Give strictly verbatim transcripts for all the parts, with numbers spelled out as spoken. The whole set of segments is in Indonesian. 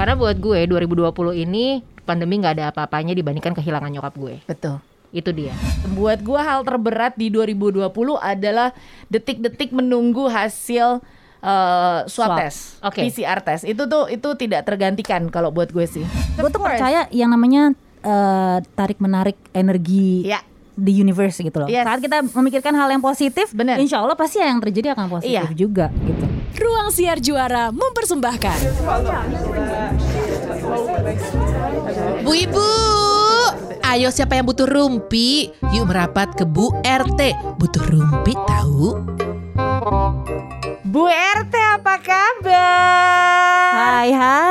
Karena buat gue dua ribu dua puluh ini pandemi nggak ada apa-apanya dibandingkan kehilangan nyokap gue. Betul. Itu dia. Buat gue hal terberat di dua ribu dua puluh adalah detik-detik menunggu hasil uh, swab, swab test, okay. P C R test. Itu tuh itu tidak tergantikan kalau buat gue sih. Gue tuh percaya yang namanya uh, tarik menarik energi. Ya. Di universe gitu loh. Yes. Saat kita memikirkan hal yang positif, bener. Insya Allah pasti yang terjadi akan positif iya. juga gitu. Ruang Siar Juara mempersembahkan. Bu Ibu, ayo siapa yang butuh rumpi? Yuk merapat ke Bu R T. Butuh rumpi tahu? Bu R T apa kabar? Hai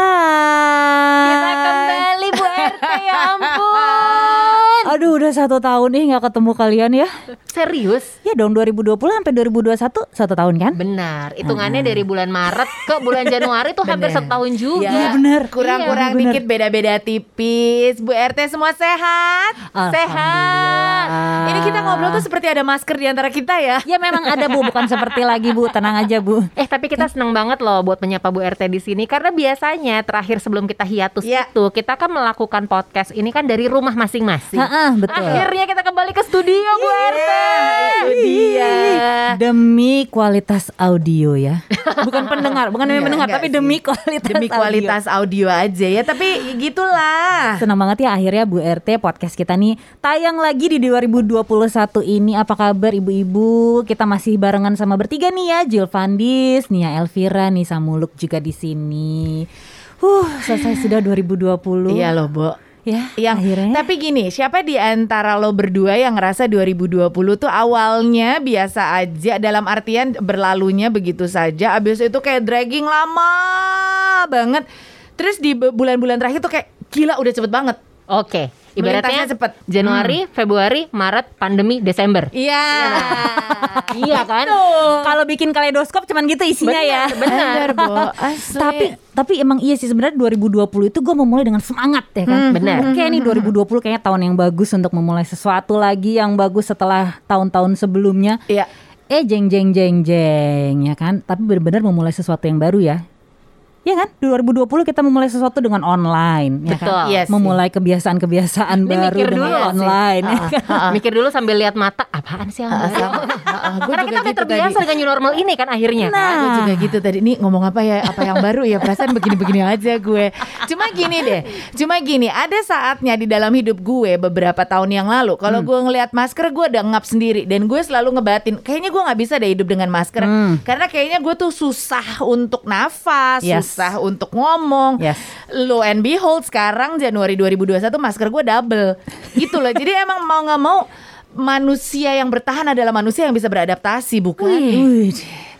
hai. Kita kembali Bu R T, ya ampun. Aduh udah satu tahun nih gak ketemu kalian ya. Serius? Ya dong dua ribu dua puluh sampai dua ribu dua puluh satu satu tahun kan? Benar, hitungannya uh. dari bulan Maret ke bulan Januari tuh hampir setahun juga. Iya benar. Kurang-kurang iya, dikit, beda-beda tipis. Bu R T semua sehat? Sehat. Ini kita ngobrol tuh seperti ada masker di antara kita ya. Ya memang ada Bu, bukan seperti lagi Bu, tenang aja Bu. Eh tapi kita seneng banget loh buat menyapa Bu R T di sini karena biasanya terakhir sebelum kita hiatus ya. itu kita kan melakukan podcast ini kan dari rumah masing-masing. Ha-ha, betul. Akhirnya kita kembali ke studio Bu R T. Itu dia. Demi kualitas audio ya. Bukan pendengar, bukan demi pendengar, tapi sih. demi kualitas demi kualitas audio. audio aja ya. Tapi gitulah. Senang banget ya akhirnya Bu R T podcast kita nih tayang lagi di dua ribu dua puluh satu ini. Apa kabar ibu-ibu? Kita masih barengan sama bertiga nih ya, Jill Fandis, Nia Elvira, Nisa Muluk juga di sini. Huh, selesai sudah dua ribu dua puluh. Iya loh, Bo. Ya, yang akhirnya. Tapi gini, siapa di antara lo berdua yang ngerasa dua ribu dua puluh tuh awalnya biasa aja, dalam artian berlalunya begitu saja, abis itu kayak dragging lama banget, terus di bulan-bulan terakhir tuh kayak gila udah cepet banget. Oke, ibaratnya cepet. Januari, hmm. Februari, Maret, pandemi, Desember. Iya. Iya kan? Kalau bikin kaleidoskop cuman gitu isinya bener, ya. Benar, Bo. Tapi tapi emang iya sih sebenarnya dua ribu dua puluh itu gue memulai dengan semangat ya kan. Hmm, benar. Oke nih dua ribu dua puluh kayaknya tahun yang bagus untuk memulai sesuatu lagi yang bagus setelah tahun-tahun sebelumnya. Iya. Eh jeng jeng jeng jeng ya kan. Tapi benar-benar memulai sesuatu yang baru ya. Ya kan, dua ribu dua puluh kita memulai sesuatu dengan online, ya betul. kan? Yes, memulai kebiasaan-kebiasaan Ini baru mikir dengan dulu online. uh, uh, uh. Mikir dulu sambil lihat mata, apaan sih yang baru? uh, uh, Karena kita udah terbiasa dengan new normal ini kan akhirnya. Nah, gue juga gitu tadi. Nih ngomong apa ya, apa yang baru ya, perasaan begini-begini aja gue. Cuma gini deh, cuma gini, ada saatnya di dalam hidup gue beberapa tahun yang lalu, kalau hmm. gue ngelihat masker gue udah ngap sendiri. Dan gue selalu ngebatin, kayaknya gue gak bisa deh hidup dengan masker. hmm. Karena kayaknya gue tuh susah untuk nafas, yes. susah untuk ngomong. Yes. Lo and behold sekarang Januari dua ribu dua puluh satu masker gue double. Gitu loh. Jadi emang mau gak mau manusia yang bertahan adalah manusia yang bisa beradaptasi, bukan? Wih,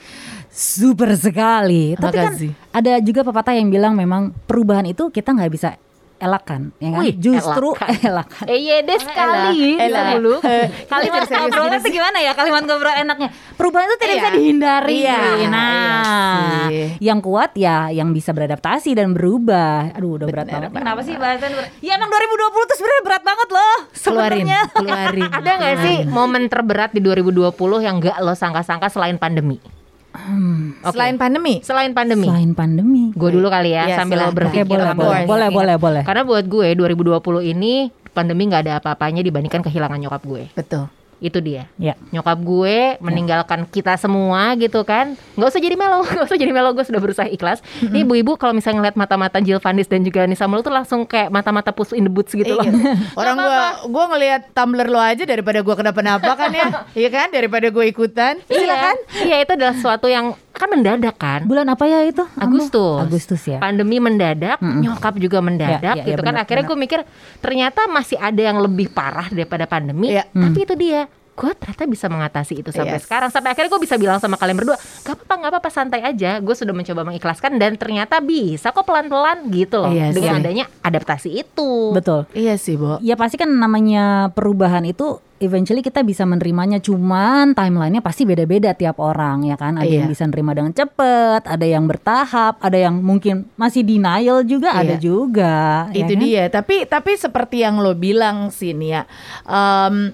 super sekali. Tapi kan Makasih. ada juga pepatah yang bilang memang perubahan itu kita nggak bisa elakan, ya kan? Wih, Justru elakan. elakan. Eh iya deh sekali. Elah, elah. Dulu. Kalimat ngobrolnya tuh gimana ya? Kalimat ngobrol enaknya. Perubahan itu tidak Iya. bisa dihindari. Iya, Nah, iya sih. yang kuat ya yang bisa beradaptasi dan berubah. Aduh, udah berat Bener banget. Kenapa sih bahasan berat? Ya emang dua ribu dua puluh tuh sebenarnya berat banget loh. Keluarin, Sebenarnya. keluarin. Ada gak sih momen terberat di dua ribu dua puluh yang gak lo sangka-sangka selain pandemi? Hmm. Okay. Selain pandemi? Selain pandemi. Selain pandemi. Gue dulu kali ya, Iya, sambil lo silahkan. berpikir. Oke, boleh, sambil boleh, berpikir. boleh, boleh, boleh. Karena buat gue dua ribu dua puluh ini pandemi gak ada apa-apanya dibandingkan kehilangan nyokap gue. Betul. Itu dia. Ya. Nyokap gue meninggalkan kita semua gitu kan. Gak usah jadi melo, gak usah jadi melo. Gue sudah berusaha ikhlas. Mm-hmm. Nih ibu-ibu kalau misalnya ngeliat mata-mata Jill Fandis dan juga Nisa Muluk tuh langsung kayak mata-mata puss in the boots gitu loh. Orang gue gue ngelihat Tumblr lo aja daripada gue kenapa-napa kan ya. Iya kan, daripada gue ikutan. Iya, iya itu adalah sesuatu yang kan mendadak kan. Bulan apa ya itu? Agustus. Agustus ya. Pandemi mendadak, Mm-mm. nyokap juga mendadak Ya, ya, gitu ya, kan. benar, Akhirnya benar. gue mikir ternyata masih ada yang lebih parah daripada pandemi. Ya. Tapi itu dia. Gue ternyata bisa mengatasi itu sampai Yes. sekarang. Sampai akhirnya gue bisa bilang sama kalian berdua, gak apa-apa, gak apa-apa, santai aja. Gue sudah mencoba mengikhlaskan dan ternyata bisa kok pelan-pelan gitu loh. Iya Dengan sih. adanya adaptasi itu. Betul. Iya sih, Bo. Ya pasti kan namanya perubahan itu eventually kita bisa menerimanya, cuman timelinenya pasti beda-beda tiap orang ya kan. Ada Iya. yang bisa nerima dengan cepet, ada yang bertahap, ada yang mungkin masih denial juga, Iya. ada juga. Itu ya kan? dia. Tapi tapi seperti yang lo bilang sih Nia, um,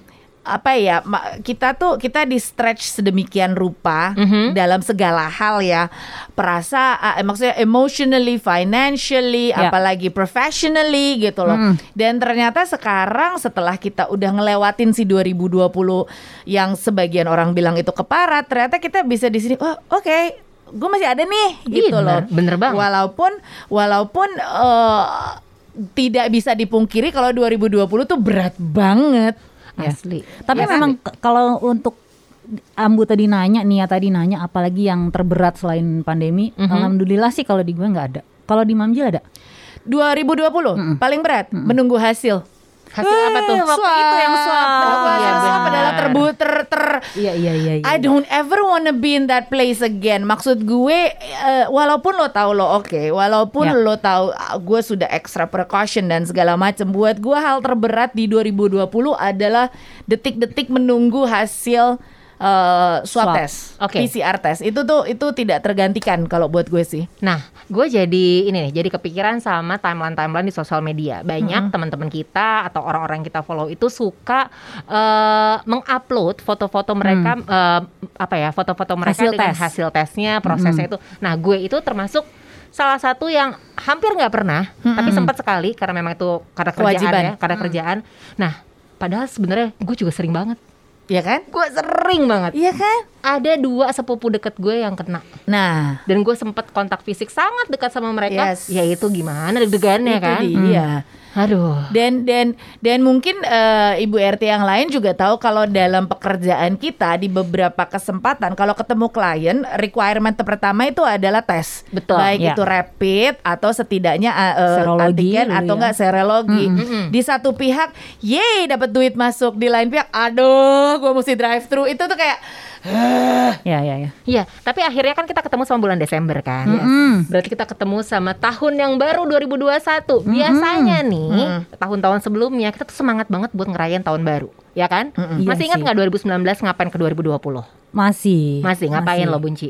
apa ya, kita tuh kita di stretch sedemikian rupa Mhm. dalam segala hal ya, perasaan, eh, maksudnya emotionally, financially, Ya. apalagi professionally gitu loh. Mm. Dan ternyata sekarang setelah kita udah ngelewatin si dua ribu dua puluh yang sebagian orang bilang itu keparat, ternyata kita bisa di sini, oh oke, gue masih ada nih gitu Bener, loh. bener banget. Walaupun walaupun eh, tidak bisa dipungkiri kalau dua ribu dua puluh tuh berat banget. Ya. Asli. Tapi Ya, memang k- kalau untuk Ambu tadi nanya, Nia tadi nanya apalagi yang terberat selain pandemi, Mhm. alhamdulillah sih kalau di gue nggak ada. Kalau di Mamjil ada? dua ribu dua puluh paling berat menunggu hasil. hasil apa tuh? Eh, waktu itu yang swab. Waktu Oh, iya, swab benar. adalah terbu ter ter Iya iya iya. iya. I don't ever wanna be in that place again. Maksud gue, eh, walaupun lo tahu lo oke, walaupun Ya. lo tahu ah, gue sudah extra precaution dan segala macam. Buat gue hal terberat di dua ribu dua puluh adalah detik-detik menunggu hasil eh, swab, Swab. test, Oke. P C R test. Itu tuh itu tidak tergantikan kalau buat gue sih. Nah, gue jadi ini nih, jadi kepikiran sama timeline-timeline di sosial media. Banyak teman-teman kita atau orang-orang yang kita follow itu suka eh, mengupload foto-foto mereka, eh, apa ya, foto-foto mereka Hasil dengan tes. hasil tesnya, prosesnya itu. Nah, gue itu termasuk salah satu yang hampir nggak pernah, tapi sempat sekali karena memang itu karena kerjaan Kewajiban. ya, karena kerjaan. Nah, padahal sebenarnya gue juga sering banget. Iya kan? Gue sering banget. Iya kan? Ada dua sepupu deket gue yang kena. Nah, Dan gue sempat kontak fisik sangat dekat sama mereka. Yes. Ya itu gimana deg-degannya itu kan. dia. Aduh. Dan dan dan mungkin eh, Ibu R T yang lain juga tahu kalau dalam pekerjaan kita di beberapa kesempatan kalau ketemu klien requirement pertama itu adalah tes. Betul, Baik ya. itu rapid atau setidaknya eh, eh, Serologi antigen dulu atau ya. enggak serologi. Di satu pihak, yeay dapat duit masuk, di lain pihak, aduh, gue mesti drive thru. Itu tuh kayak Ya ya ya. Iya, tapi akhirnya kan kita ketemu sama bulan Desember kan. Mm-mm. Berarti kita ketemu sama tahun yang baru dua ribu dua puluh satu. Biasanya nih, tahun-tahun sebelumnya kita tuh semangat banget buat ngerayain tahun baru, ya kan? Iya Masih ingat sih. nggak dua ribu sembilan belas ngapain ke dua ribu dua puluh? Masih. Masih ngapain Masih. lo Bunci?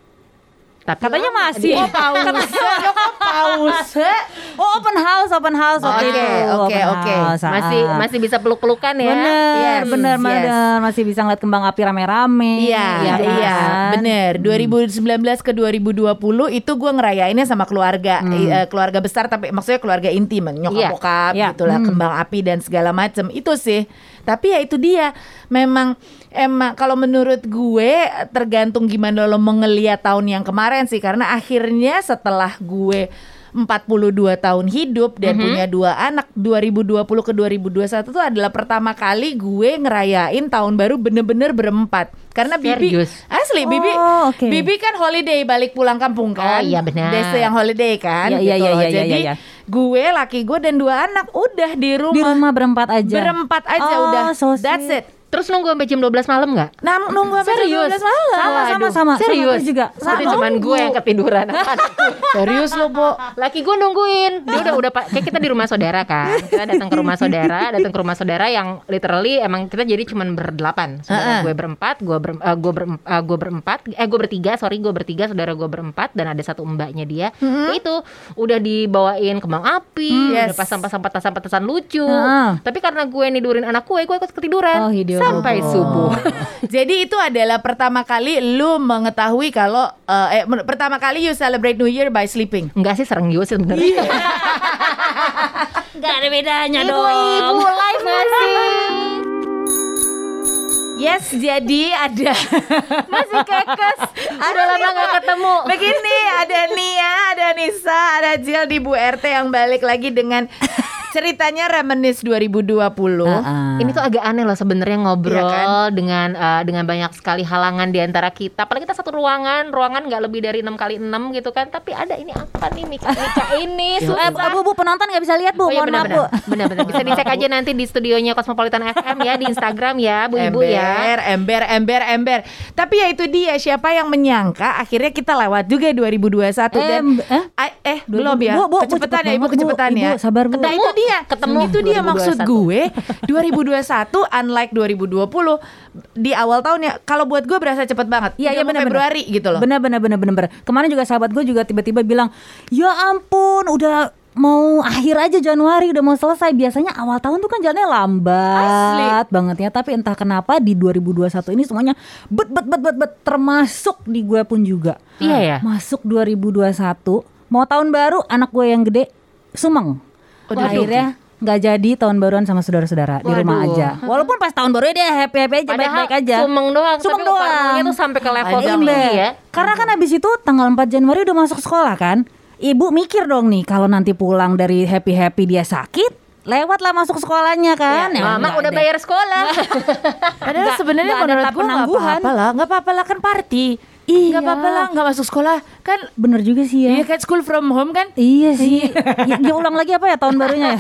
Tapi Katanya masih. oh pause, kok pause. Oh open house, open house Oke, waktu itu. oke, Open oke. house, ah. masih masih bisa peluk-pelukan ya. Bener, Yes, bener, yes. bener. Masih bisa ngeliat kembang api rame-rame. Iya, gitu iya, kan. bener. dua ribu sembilan belas ke dua ribu dua puluh itu gue ngerayainnya sama keluarga, I- eh, keluarga besar, tapi maksudnya keluarga intim, nyokap Iya, bokap, iya. gitulah, Hmm. kembang api dan segala macem itu sih. Tapi ya itu dia, memang emang kalau menurut gue tergantung gimana lo mengeliat tahun yang kemarin sih, karena akhirnya setelah gue empat puluh dua tahun hidup dan punya dua anak, dua ribu dua puluh ke dua ribu dua puluh satu tuh adalah pertama kali gue ngerayain tahun baru bener-bener berempat. Karena Bibi Serius? asli Bibi Oh, oke. Bibi kan holiday balik pulang kampung kan. Oh, iya, benar. Desa yang holiday kan. Iya, iya, gitu iya, loh. iya, iya, Jadi iya. gue, laki gue dan dua anak udah di rumah. Di rumah berempat aja. Berempat aja Oh, udah. so That's sweet. it. Terus nunggu sampai jam dua belas malam nggak? Nah, nunggu sampai jam Serius? dua belas malam. Sama, sama, Waduh, sama. Serius Sama juga. Itu Sama. cuman gue yang ketiduran. Serius lo, Bo? Laki gue nungguin. Dia udah udah pak- kayak kita di rumah saudara kan. Kita datang ke rumah saudara, datang ke rumah saudara yang literally emang kita jadi cuman berdelapan. Saudara Uh-uh. gue berempat, gue ber, eh, gue ber, eh, gue berempat, eh gue bertiga, sorry gue bertiga, saudara gue berempat dan ada satu mbaknya dia. Itu udah dibawain kembang api, Yes. udah pasang-pasang petasan-petasan lucu. Uh-uh. Tapi karena gue nidurin anak gue, gue ikut ketiduran Oh, hidup. sampai Oh. subuh. Jadi itu adalah pertama kali lu mengetahui kalau eh, eh, men- pertama kali you celebrate New Year by sleeping. Enggak sih, serem juga sih sebenarnya. Gak ada bedanya Ibu-ibu live masih. Yes, jadi ada Masih kekes. Udah lama gak ketemu. begini, ada Nia, ada Nisa, ada Jill di Bu R T yang balik lagi dengan ceritanya reminisce dua ribu dua puluh. Uh-uh. Ini tuh agak aneh loh sebenarnya ngobrol Iya kan? dengan eh, dengan banyak sekali halangan di antara kita. Apalagi kita satu ruangan, ruangan nggak lebih dari enam kali enam gitu kan. Tapi ada ini apa nih Mika-Mika ini? Eh, Susah. bu, bu, penonton gak bisa lihat bu, Oh iya mohon maaf bu. benar-benar. Benar-benar bisa dicek aja nanti di studionya Cosmopolitan F M ya, di Instagram ya, Bu Ibu ya. Ember, ember, ember, ember. Tapi ya itu dia, siapa yang menyangka akhirnya kita lewat juga dua ribu dua puluh satu dan Em, eh? Ah, eh belum ya. Bu, bu, bu, kecepatan cepet ya, Ibu banget, Bu. kecepatan Ibu, ya. sabar, Bu. Nah, itu dia. Ketemu Itu dia dua ribu dua puluh maksud satu. gue. dua ribu dua puluh satu unlike dua ribu dua puluh di awal tahun ya. Kalau buat gue berasa cepet banget. Iya, iya, Udah mau benar, Februari gitu loh. Benar benar benar benar benar. Kemarin juga sahabat gue juga tiba-tiba bilang, "Ya ampun, udah mau akhir aja Januari udah mau selesai. Biasanya awal tahun tuh kan jalannya lambat Asli. banget ya. Tapi entah kenapa di dua ribu dua puluh satu ini semuanya bet bet bet bet bet termasuk di gue pun juga. Iya ya. Masuk dua ribu dua puluh satu mau tahun baru, anak gue yang gede sumeng. Waduh. Akhirnya nggak jadi tahun baruan sama saudara-saudara di rumah aja. Walaupun pas tahun baru dia happy happy aja, baik-baik aja. Sumeng doang. Sumeng tapi doang. parnonya tuh sampai ke level Iya, tinggi ya. Karena kan abis itu tanggal empat Januari udah masuk sekolah kan. Ibu mikir dong nih kalau nanti pulang dari happy-happy dia sakit, lewatlah masuk sekolahnya kan. Ya, Mama udah deh. bayar sekolah. Padahal sebenarnya menurut gue nggak apa-apa lah, nggak apa-apa lah kan party. Iya. Nggak apa-apa lah, nggak masuk sekolah kan. Bener juga sih ya. Iya kan school from home kan. Iya sih. ya, dia ulang lagi apa ya tahun barunya ya.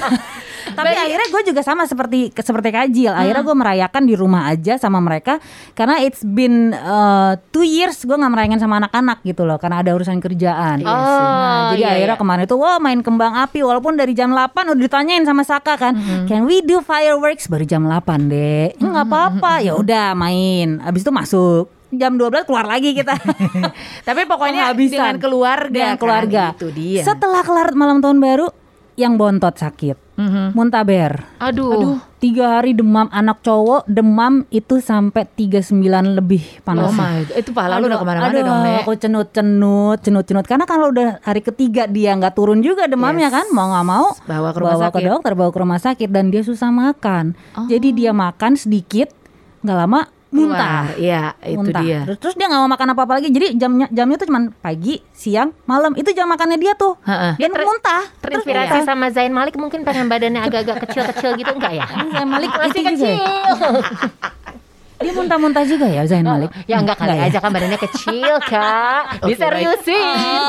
Tapi Baik. akhirnya gue juga sama seperti seperti Kajil. Akhirnya gue merayakan di rumah aja sama mereka karena it's been uh, two years gue nggak merayakan sama anak-anak gitu loh karena ada urusan kerjaan. Oh, nah, jadi iya, akhirnya iya. kemarin itu wah main kembang api walaupun dari jam delapan udah ditanyain sama Saka kan, mm-hmm. can we do fireworks baru jam delapan deh. Nggak mm-hmm. apa-apa, ya udah main. Abis itu masuk. Jam dua belas keluar lagi kita. Tapi pokoknya dengan keluarga. Dengan keluarga. Kan? Itu dia. Setelah kelar malam tahun baru, yang bontot sakit, mm-hmm. muntaber. Aduh. Aduh. Tiga hari demam, anak cowok demam itu sampai tiga puluh sembilan lebih panas. Oh my God. Itu pala lu udah kemana-mana aduh, dong, Nek. aku cenut-cenut, cenut-cenut. Karena kalau udah hari ketiga dia nggak turun juga demamnya Yes. kan, mau nggak mau bawa ke rumah bawa sakit. ke dokter, bawa ke rumah sakit dan dia susah makan. Oh. Jadi dia makan sedikit, nggak lama muntah. Iya, itu muntah. dia. Terus, terus dia nggak mau makan apa-apa lagi. Jadi jamnya jamnya tuh cuma pagi, siang, malam. Itu jam makannya dia tuh. Ha-ha. Dia ter- muntah. Terinspirasi Terus, sama Zayn Malik mungkin pengen badannya agak-agak kecil-kecil gitu enggak ya? Zayn Malik masih itu juga kecil. ya? Dia muntah-muntah juga ya Zayn Malik? Ya enggak kali Enggak ya? aja kan badannya kecil, Kak. Oke, Diseriusin.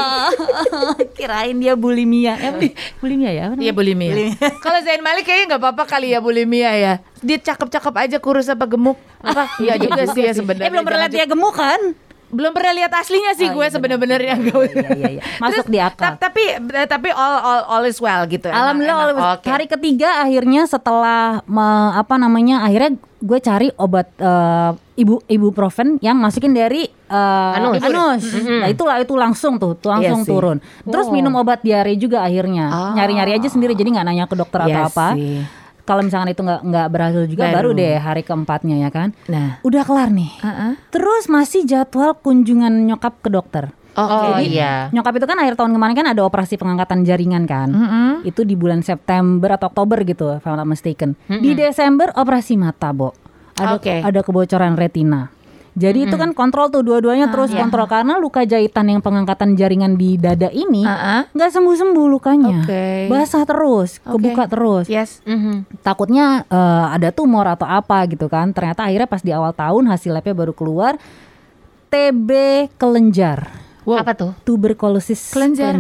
Kirain dia bulimia. Eh, bulimia ya? Iya bulimia. Kalau Zayn Malik kayaknya nggak apa-apa kali ya bulimia ya. Dia cakep-cakep aja kurus apa gemuk. Apa? Iya juga sih ya sebenarnya. Eh belum pernah lihat dia gemuk kan? Belum pernah lihat aslinya sih Oh, gue iya, sebenarnya. benar. Iya, iya, iya. Masuk di akal. Ta- tapi tapi all all all is well gitu. Alhamdulillah Emang- all is- emang oke. hari ketiga akhirnya setelah me- apa namanya akhirnya gue cari obat eh, ibu ibuprofen yang masukin dari eh, Anus. anus. Nah itulah itu langsung tuh, tuh langsung Iya sih. turun. Terus Wow. minum obat diare juga akhirnya. Oh. Nyari-nyari aja sendiri jadi nggak nanya ke dokter Iya atau apa. sih. Kalau misalkan itu nggak nggak berhasil juga baru. Baru. deh hari keempatnya ya kan. Nah. Udah kelar nih. Uh-uh. Terus masih jadwal kunjungan nyokap ke dokter. Oke. Oh Jadi iya. nyokap itu kan akhir tahun kemarin kan ada operasi pengangkatan jaringan kan. Mm-mm. Itu di bulan September atau Oktober gitu, if I'm not mistaken. Di Desember operasi mata, Bo. Ada Oke. ada kebocoran retina. Jadi itu kan kontrol tuh dua-duanya terus iya. kontrol karena luka jahitan yang pengangkatan jaringan di dada ini Uh-uh. nggak sembuh-sembuh lukanya. Oke. Basah terus, Oke. kebuka terus. Yes. Mhm. Takutnya eh, ada tumor atau apa gitu kan. Ternyata akhirnya pas di awal tahun hasil labnya baru keluar T B kelenjar. Wow. Apa tuh? Tuberkulosis Kelenjar.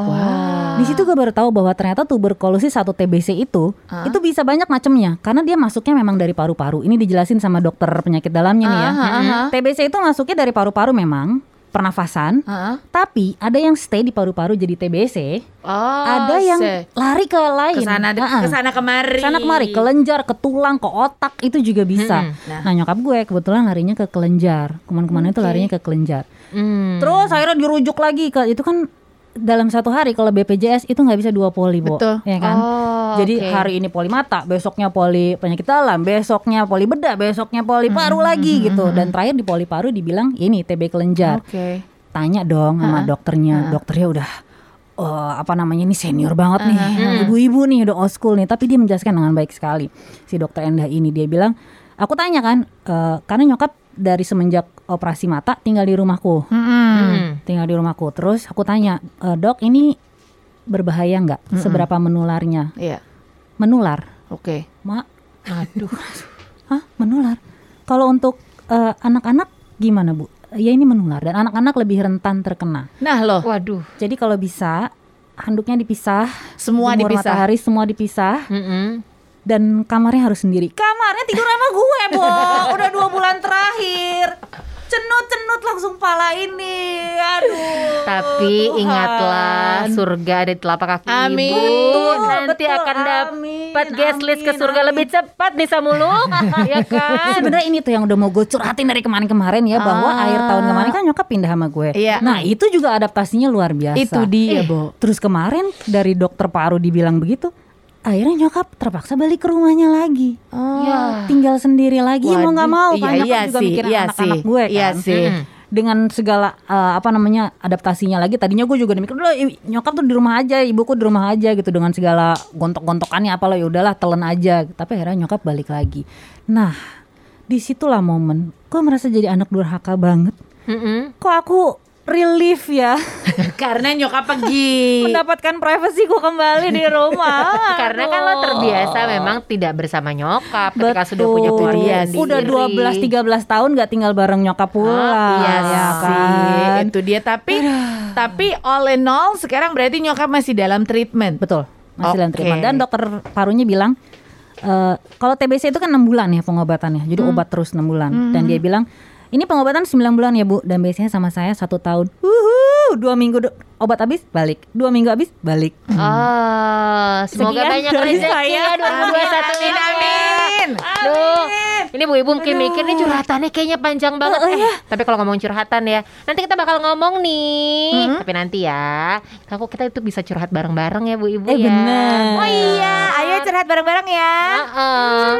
Di situ gue baru tahu bahwa ternyata tuberkulosis atau T B C itu Ah. itu bisa banyak macamnya karena dia masuknya memang dari paru-paru. Ini dijelasin sama dokter penyakit dalamnya nih ya. Ah, ah, ah. T B C itu masuknya dari paru-paru memang pernafasan, Uh-uh. tapi ada yang stay di paru-paru jadi T B C, Oh, ada yang se- lari ke lain. kesana Ah-ah. kesana kemari. Kesana kemari, kelenjar, ke tulang, ke otak itu juga bisa. Nah. Nah nyokap gue kebetulan larinya ke kelenjar, kuman-kumannya itu Oke. larinya ke kelenjar. Hmm. Terus akhirnya dirujuk lagi ke itu kan dalam satu hari kalau B P J S itu nggak bisa dua poli, Bo. Betul. Ya kan? Oh, Jadi oke. hari ini poli mata, besoknya poli penyakit dalam, besoknya poli bedah, besoknya poli paru lagi gitu. Dan terakhir di poli paru dibilang ini T B kelenjar. Oke. Tanya dong sama dokternya, dokternya udah oh, apa namanya ini senior banget nih, ibu-ibu nih udah old school nih. Tapi dia menjelaskan dengan baik sekali. Si dokter Endah ini dia bilang, aku tanya kan, "Eh, karena nyokap dari semenjak operasi mata tinggal di rumahku, Hmm. tinggal di rumahku. Terus aku tanya, "E, dok ini berbahaya nggak? Seberapa menularnya?" Iya. Menular, Oke. mak. Aduh, hah menular? Kalau untuk eh, anak-anak gimana bu? Ya ini menular dan anak-anak lebih rentan terkena. Nah loh, Waduh. Jadi kalau bisa handuknya dipisah, semua jemur dipisah. matahari semua dipisah, Mm-mm. dan kamarnya harus sendiri. Kamarnya tidur sama gue, Bo. Udah dua bulan terakhir. cenut-cenut langsung pala ini. Aduh. Tapi Tuhan. ingatlah, surga ada di telapak kaki Amin. ibu. Betul, Nanti betul. akan Amin, dapat guest list ke amin, surga amin. lebih cepat nih Samuluk. Ya kan? Sebenarnya ini tuh yang udah mau gue curhatin dari kemarin-kemarin ya, bahwa Ah. akhir tahun kemarin kan nyokap pindah sama gue. Iya. Nah itu juga adaptasinya luar biasa. Itu dia, Bo. Terus kemarin dari dokter paru dibilang begitu, akhirnya nyokap terpaksa balik ke rumahnya lagi. Oh. Ya. Tinggal sendiri lagi mau nggak Waduh. mau Iya, kan nyokap iya juga sih, mikirin iya anak-anak sih, gue kan. iya sih. Mm. Dengan segala uh, apa namanya adaptasinya lagi. Tadinya gue juga mikir, "Loh, i- nyokap tuh di rumah aja, ibuku di rumah aja gitu dengan segala gontok-gontokannya apalah, ya udahlah telan aja." Tapi akhirnya nyokap balik lagi. Nah, disitulah momen gue merasa jadi anak durhaka banget. Mm-mm. Kok aku relief ya Karena nyokap pergi. mendapatkan privasiku kembali di rumah. Karena kan lo terbiasa memang tidak bersama nyokap ketika sudah punya Betul. keluarga Iya, sendiri. Udah dua belas tiga belas tahun gak tinggal bareng nyokap pula. Ah, Iya ya sih, kan? itu dia. Tapi tapi all in all sekarang berarti nyokap masih dalam treatment. Betul. Masih dalam Oke. treatment. Dan dokter parunya bilang eh, kalau T B C itu kan enam bulan ya pengobatannya. Jadi obat terus enam bulan. Dan dia bilang ini pengobatan sembilan bulan ya Bu, dan biasanya sama saya satu tahun. Uhuh, dua minggu do- obat habis balik, dua minggu habis balik. Ah, semoga Sekian banyak dari rezeki saya. ya dua ribu dua puluh satu Amin, ini. amin. Duh, ini Bu Ibu mungkin mikir nih curhatannya kayaknya panjang banget. Oh, Eh, iya. tapi kalau ngomong curhatan ya, nanti kita bakal ngomong nih. Tapi nanti ya, aku kita itu bisa curhat bareng-bareng ya Bu Ibu Eh, ya. bener. Oh iya, ayo curhat bareng-bareng ya. Heeh.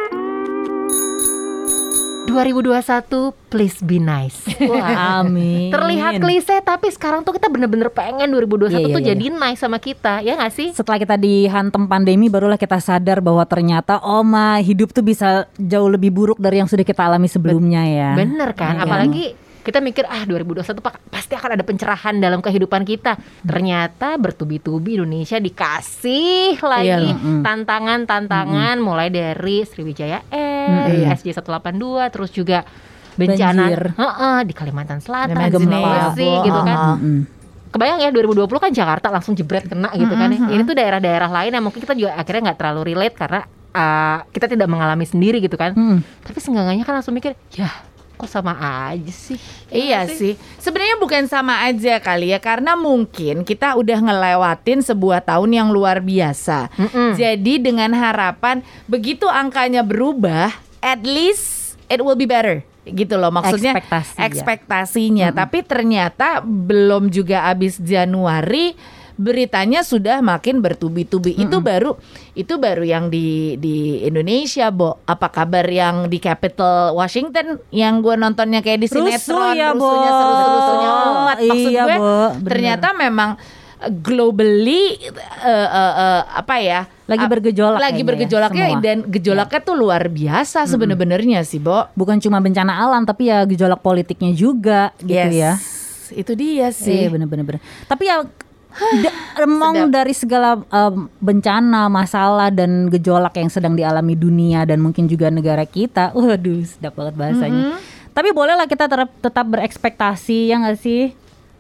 dua ribu dua puluh satu please be nice. Wah. Amin. Terlihat klise tapi sekarang tuh kita bener-bener pengen dua ribu dua puluh satu Iya, iya, tuh iya. jadi nice sama kita, ya gak sih? Setelah kita dihantam pandemi barulah kita sadar bahwa ternyata oh my hidup tuh bisa jauh lebih buruk dari yang sudah kita alami sebelumnya ya. Bener kan? Iya. Apalagi kita mikir ah dua ribu dua puluh satu pak- pasti akan ada pencerahan dalam kehidupan kita. Ternyata bertubi-tubi Indonesia dikasih lagi Iya, mm. tantangan-tantangan mulai dari Sriwijaya Air, Iya. S J seratus delapan puluh dua, terus juga bencana Banjir. heeh, di Kalimantan Selatan, Gempa. Sulawesi gitu kan. Heeh. Mm-mm. Kebayang ya dua ribu dua puluh kan Jakarta langsung jebret kena gitu kan ya. Ini tuh daerah-daerah lain yang mungkin kita juga akhirnya nggak terlalu relate karena uh, kita tidak mengalami sendiri gitu kan. Mm. Tapi seenggaknya kan langsung mikir, ya kok sama aja sih. Iya sih. Sebenarnya bukan sama aja kali ya, karena mungkin kita udah ngelewatin sebuah tahun yang luar biasa. Mm-mm. Jadi dengan harapan begitu angkanya berubah, at least it will be better. Gitu loh maksudnya Ekspektasi, ya. ekspektasinya. Tapi ternyata belum juga habis Januari beritanya sudah makin bertubi-tubi. Itu baru itu baru yang di di Indonesia, Bo. Apa kabar yang di Capital Washington yang gue nontonnya kayak di Rusuh sinetron, ya, Bo. rusuhnya seru-serunya umat. Maksud Iya, gue Bo, bener. ternyata memang uh, globally uh, uh, uh, apa ya? Lagi ap- bergejolak Lagi kayaknya ya, bergejolaknya semua. dan gejolaknya tuh luar biasa sebenarnya sih, Bo. Bukan cuma bencana alam tapi ya gejolak politiknya juga gitu ya. Itu dia sih. Iya bener-bener. Tapi ya da- emang Sedap. dari segala um, bencana, masalah dan gejolak yang sedang dialami dunia dan mungkin juga negara kita, waduh sedap banget bahasanya. Tapi bolehlah kita tetap, tetap berekspektasi ya nggak sih?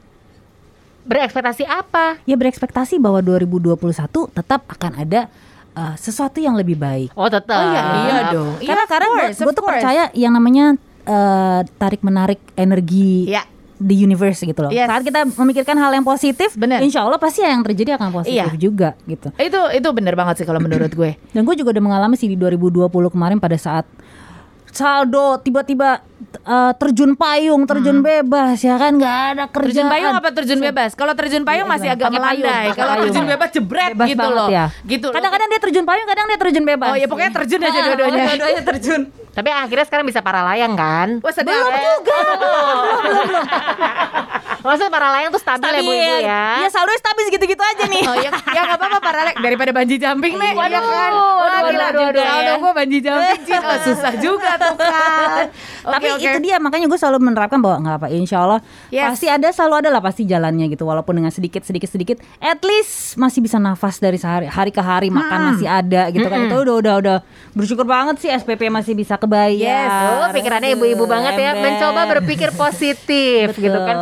Berekspektasi apa? Ya berekspektasi bahwa dua ribu dua puluh satu tetap akan ada uh, sesuatu yang lebih baik. Oh tetap. Oh iya, iya dong. Iya, Karena of karena course, gue of tuh course. percaya yang namanya uh, tarik menarik energi Iya. di universe gitu loh. Yes. Saat kita memikirkan hal yang positif, Bener. insya Allah pasti yang terjadi akan positif Iya. juga gitu. Itu itu bener banget sih kalau menurut gue. Dan gue juga udah mengalami sih di dua ribu dua puluh kemarin pada saat saldo tiba-tiba uh, terjun payung, terjun bebas ya kan, nggak ada kerjaan. Terjun payung apa terjun bebas? Kalau terjun payung Iya, masih gimana? agak Pakai payung, melandai. pakai Kalau payung. terjun bebas jebret Bebas gitu banget loh. ya. Gitu loh. Kadang-kadang dia terjun payung, kadang dia terjun bebas. Oh ya pokoknya terjun aja Ah, dua-duanya. dua-duanya terjun. Tapi akhirnya sekarang bisa para layang kan? Wah sedap. Belum juga. Maksudnya para layang tuh stabil, ya Bu Ibu ya. Ya saldonya stabil gitu-gitu aja nih. Oh ya, ya nggak apa-apa paralel daripada banji jumping nih. Waduh, Iya kan. waduh, Wah, waduh, gila. waduh, waduh, Saldo ya. gue banji jumping, Cin. Oh susah juga tuh kan. Oke, Tapi oke. itu dia makanya gue selalu menerapkan bahwa nggak apa, insya Allah Yes. pasti ada, selalu ada lah pasti jalannya gitu, walaupun dengan sedikit sedikit sedikit, at least masih bisa nafas dari sehari hari ke hari, makan masih ada gitu kan. Itu udah udah udah bersyukur banget sih S P P masih bisa kebayar. Yes, oh, pikirannya ibu-ibu banget ya, Ember. mencoba berpikir positif Betul. gitu kan, karena kadang-kadang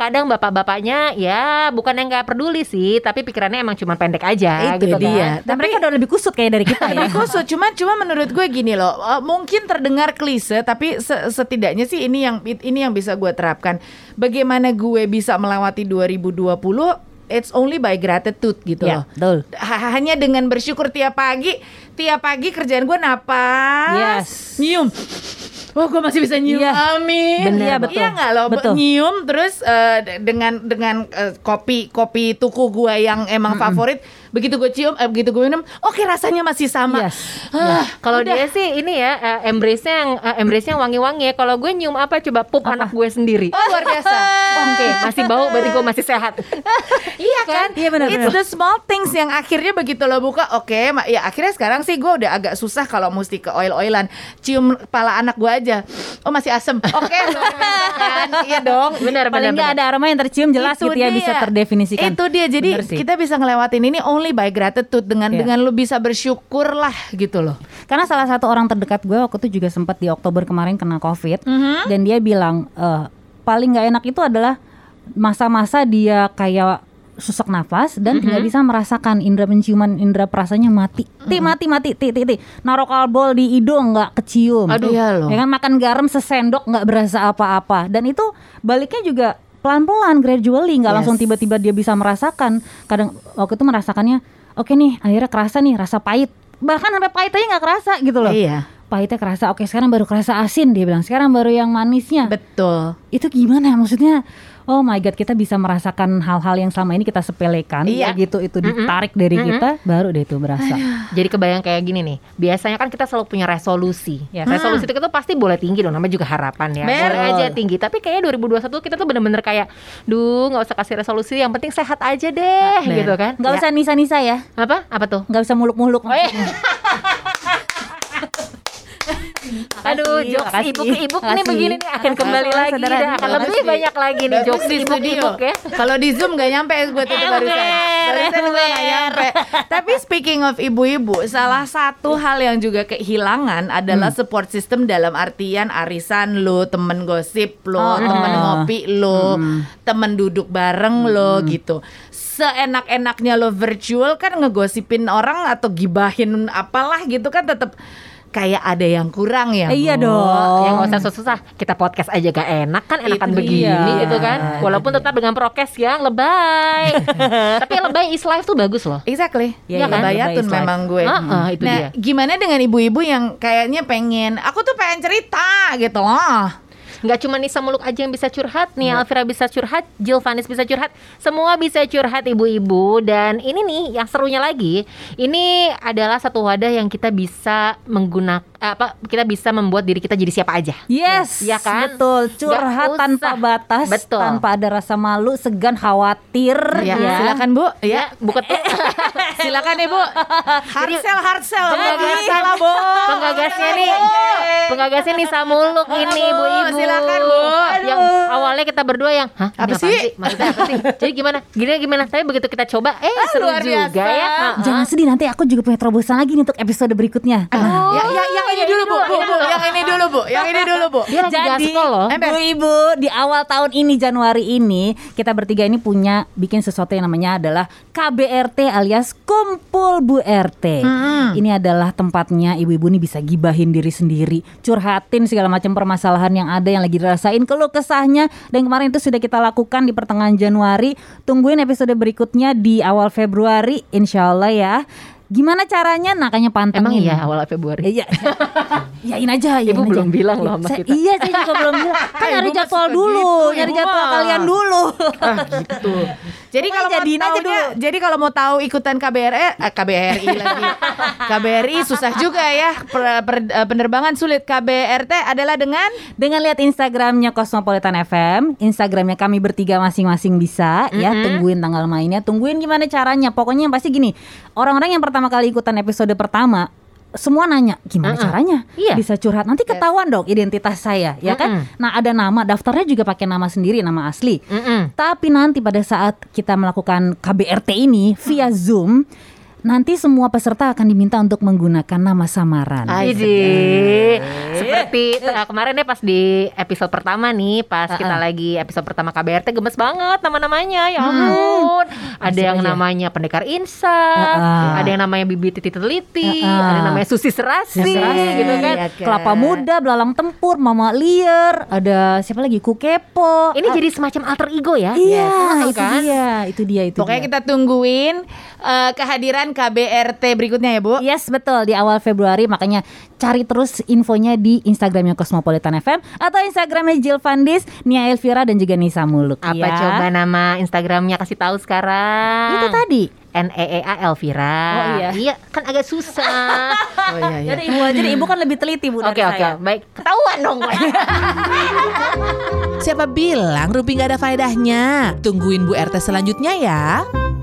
kadang bapak-bapaknya ya bukan yang nggak peduli sih, tapi pikirannya emang cuma pendek aja. Itu gitu dia. kan. Dan mereka udah lebih kusut kayak dari kita ya. Lebih kusut, cuma cuma menurut gue gini loh, uh, mungkin terdengar klise, tapi se- setidaknya sih ini yang ini yang bisa gue terapkan. Bagaimana gue bisa melewati dua ribu dua puluh? It's only by gratitude gitu Ya, loh. betul. H- hanya dengan bersyukur tiap pagi, tiap pagi kerjaan gue napas, Yes. nyium. Oh, gue masih bisa nyium. Iya. Amin. Bener. Iya, betul. Iya nggak lo? Betul. Nyium terus uh, d- dengan dengan uh, kopi kopi tuku gue yang emang favorit. Begitu gue cium, eh, begitu gue minum, oke rasanya masih sama. Yes. Ah, Kalau udah. dia sih ini ya uh, embrace-nya yang uh, embrace-nya wangi-wangi ya. Kalau gue nyium apa coba pup anak gue sendiri. Oh, luar biasa. Oke, masih bau berarti gue masih sehat. Iya kan? Iya, benar, It's benar. the small things yang akhirnya begitu lo buka, oke, ma- ya akhirnya sekarang sih gue udah agak susah kalau mesti ke oil-oilan. Cium kepala anak gue aja, oh masih asem. Oke, luar biasa kan? Iya dong. Benar, Paling benar, nggak benar. ada aroma yang tercium jelas Itu gitu ya, dia. bisa terdefinisikan. Itu dia. Jadi Bener sih. kita bisa ngelewatin ini only by gratitude dengan Iya. dengan lo bisa bersyukur lah gitu loh. Karena salah satu orang terdekat gue waktu itu juga sempat di Oktober kemarin kena COVID, Mhm. dan dia bilang eh, paling nggak enak itu adalah masa-masa dia kayak susuk nafas dan tidak bisa merasakan indera penciuman, indera perasanya mati. Ti mati mati ti ti ti. Naruh kalbol di hidung nggak kecium. Aduh. Iya loh. Ya kan, makan garam sesendok nggak berasa apa-apa. Dan itu baliknya juga pelan-pelan, gradually, nggak Yes. langsung tiba-tiba dia bisa merasakan. Kadang waktu itu merasakannya, oke nih akhirnya kerasa nih rasa pahit. Bahkan sampai pahit aja nggak kerasa gitu loh. Iya, Pahitnya kerasa, oke sekarang baru kerasa asin, dia bilang. Sekarang baru yang manisnya. betul. Itu gimana maksudnya? Oh my god, kita bisa merasakan hal-hal yang selama ini kita sepelekan. Iya. Ya gitu, itu ditarik dari kita, baru deh itu berasa. Jadi kebayang kayak gini nih. Biasanya kan kita selalu punya resolusi. Yes. Resolusi itu pasti boleh tinggi dong, namanya juga harapan ya. Betul. Boleh aja tinggi. Tapi kayaknya dua ribu dua puluh satu kita tuh bener-bener kayak, duh nggak usah kasih resolusi, yang penting sehat aja deh, Bener. gitu kan? Nggak Ya. usah nisa-nisa ya. Apa? Apa tuh? Nggak usah muluk-muluk. Oh, iya. Aduh, Makasih, jokes makasih. ibu-ibu ini Makasih. begini nih akan kembali Makasih, lagi saudara. dan akan Bagus lebih sih. banyak lagi nih Bagus jokes di studio. ibu-ibu ya. Kalau di Zoom gak nyampe gue tuh Eh, barusan. bener, Barusan gue gak nyampe. Tapi speaking of ibu-ibu, salah satu hal yang juga kehilangan adalah support system dalam artian arisan lo, temen gosip lo, Oh. temen ngopi lo, temen duduk bareng lo gitu. Seenak-enaknya lo virtual kan ngegosipin orang atau gibahin apalah gitu kan tetap kayak ada yang kurang ya. Eh, iya Bu. dong. Yang nggak usah susah-susah, kita podcast aja gak enak kan, enakan Itu begini dia. gitu kan. Walaupun tetap dengan prokes yang lebay. Tapi lebay is life tuh bagus loh. Exactly. Iya, Ya, iya, kebayatun lebay is life. memang gue. Heeh, itu nah, dia. gimana dengan ibu-ibu yang kayaknya pengen, aku tuh pengen cerita gitu loh. Nggak cuma Nisa Muluk aja yang bisa curhat nih, Alvira bisa curhat, Jill Vanis bisa curhat, semua bisa curhat ibu-ibu. Dan ini nih yang serunya lagi, ini adalah satu wadah yang kita bisa menggunakan apa kita bisa membuat diri kita jadi siapa aja. Yes, Iya kan? betul. Curhat Nggak tanpa usah. batas, Betul. tanpa ada rasa malu, segan, khawatir. Ya, ya. silakan Bu. Ya, buka tuh. silakan Ibu. Hard sell, hard sell. Penggagas- Salah, Bu. Penggagasnya nih, penggagasnya Nisa Muluk ini ibu-ibu. silakan, Bu. Yang awalnya kita berdua yang, hah? ini Apa apaan sih? Maksudnya apa sih? Jadi gimana? Gini gimana? Tapi begitu kita coba, eh seru luar juga biasa. ya. Ha-ha. Jangan sedih, nanti aku juga punya terobosan lagi nih untuk episode berikutnya. Ya, ya, yang ini dulu Bu, Bu, Bu. Yang ini dulu Bu. Yang ini dulu Bu. Dia lagi Jadi, gaspol loh. Bu Ibu, di awal tahun ini Januari ini kita bertiga ini punya bikin sesuatu yang namanya adalah K B R T alias Kumpul Bu R T. Ini adalah tempatnya ibu-ibu ini bisa gibahin diri sendiri, curhatin segala macam permasalahan yang ada yang lagi dirasain, keluh kesahnya. Dan kemarin itu sudah kita lakukan di pertengahan Januari. Tungguin episode berikutnya di awal Februari, insya Allah ya. Gimana caranya? Nakanya pantengin. Emang iya awal Februari. Iya, yain aja. yain Ibu aja. belum bilang loh sama Saya- kita. Iya, saya juga belum bilang. Kan Ibu nyari mah jadwal suka dulu, gitu, nyari Ibu jadwal mah. kalian dulu. Gitu. Jadi Pokoknya kalau mau jadiin aja taunya, jadi kalau mau tahu ikutan K B R I, eh, K B R I lagi. K B R I susah juga ya. Per- per- eh, penerbangan sulit. K B R T adalah dengan Dengan lihat Instagramnya Cosmopolitan F M, Instagramnya kami bertiga masing-masing bisa ya. Tungguin tanggal mainnya, tungguin gimana caranya. Pokoknya yang pasti gini, orang-orang yang pertama kali ikutan episode pertama semua nanya gimana Mm-mm. caranya Iya. bisa curhat, nanti ketahuan dong identitas saya ya kan. Nah ada nama, daftarnya juga pakai nama sendiri, nama asli. Mm-mm. Tapi nanti pada saat kita melakukan K B R T ini via Zoom, nanti semua peserta akan diminta untuk menggunakan nama samaran. Ide. Seperti uh, kemarin deh pas di episode pertama nih, pas uh-uh. kita lagi episode pertama K B R T gemes banget nama-namanya. Ya ampun. Hmm. Ada yang aja. namanya Pendekar Insan, uh-uh. ada yang namanya Bibi Titi Teliti, uh-uh. ada yang namanya Susi Serasi, Serasi gitu kan. Ya, kan. Kelapa Muda, Belalang Tempur, Mama Liar, ada siapa lagi? Kukepo. Ini uh. jadi semacam alter ego ya? Iya, yes. itu kan? dia, itu dia, itu Pokoknya dia. kita tungguin uh, kehadiran K B R T berikutnya ya Bu. Yes, betul, di awal Februari. Makanya cari terus infonya di Instagramnya Cosmopolitan F M atau Instagramnya Jill Fandis, Nia Elvira dan juga Nisa Muluk. Apa ya. coba nama Instagramnya, kasih tahu sekarang? Itu tadi N E E A Elvira. Oh iya. Iya, kan agak susah. Oh iya iya. Jadi ibu aja deh, ibu kan lebih teliti Bu dari Oke oke, saya. baik. Ketahuan dong gue. Siapa bilang Rumpi gak ada faedahnya? Tungguin Bu R T selanjutnya ya.